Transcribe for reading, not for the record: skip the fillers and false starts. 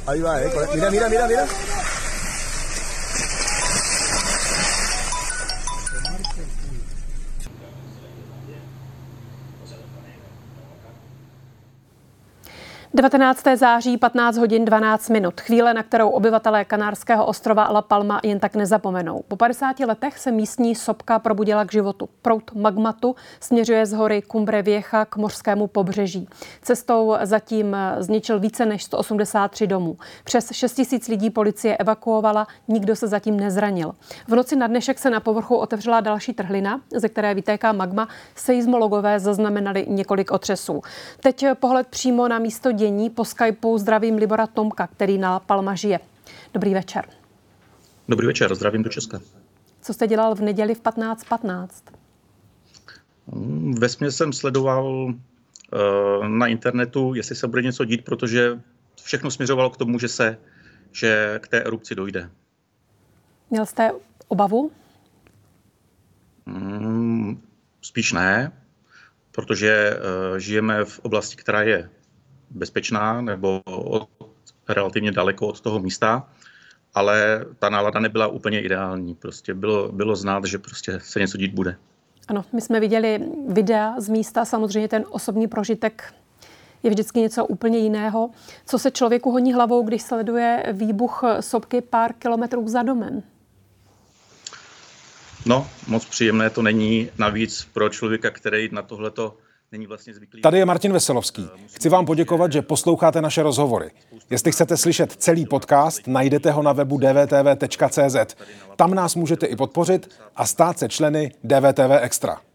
Ahí va, mira, mira, mira, mira. 19. září 15 hodin 12 minut. Chvíle, na kterou obyvatelé kanárského ostrova La Palma jen tak nezapomenou. Po 50 letech se místní sopka probudila k životu. Proud magmatu směřuje z hory Cumbre Vieja k mořskému pobřeží. Cestou zatím zničil více než 183 domů. Přes 6 000 lidí policie evakuovala, nikdo se zatím nezranil. V noci na dnešek se na povrchu otevřela další trhlina, ze které vytéká magma. Seismologové zaznamenali několik otřesů. Teď pohled přímo na místo dění. Po Skypeu zdravím Libora Tomka, který na La Palma žije. Dobrý večer. Dobrý večer, zdravím do Česka. Co jste dělal v neděli v 15:15? Vesměs jsem sledoval na internetu, jestli se bude něco dít, protože všechno směřovalo k tomu, že k té erupci dojde. Měl jste obavu? Spíš ne, protože žijeme v oblasti, která je bezpečná nebo relativně daleko od toho místa, ale ta nálada nebyla úplně ideální. Prostě bylo znát, že prostě se něco dít bude. Ano, my jsme viděli videa z místa, samozřejmě ten osobní prožitek je vždycky něco úplně jiného. Co se člověku honí hlavou, když sleduje výbuch sopky pár kilometrů za domem? No, moc příjemné to není, navíc pro člověka, který na tohleto není vlastně zvyklý. Tady je Martin Veselovský. Chci vám poděkovat, že posloucháte naše rozhovory. Jestli chcete slyšet celý podcast, najdete ho na webu dvtv.cz. Tam nás můžete i podpořit a stát se členy DVTV Extra.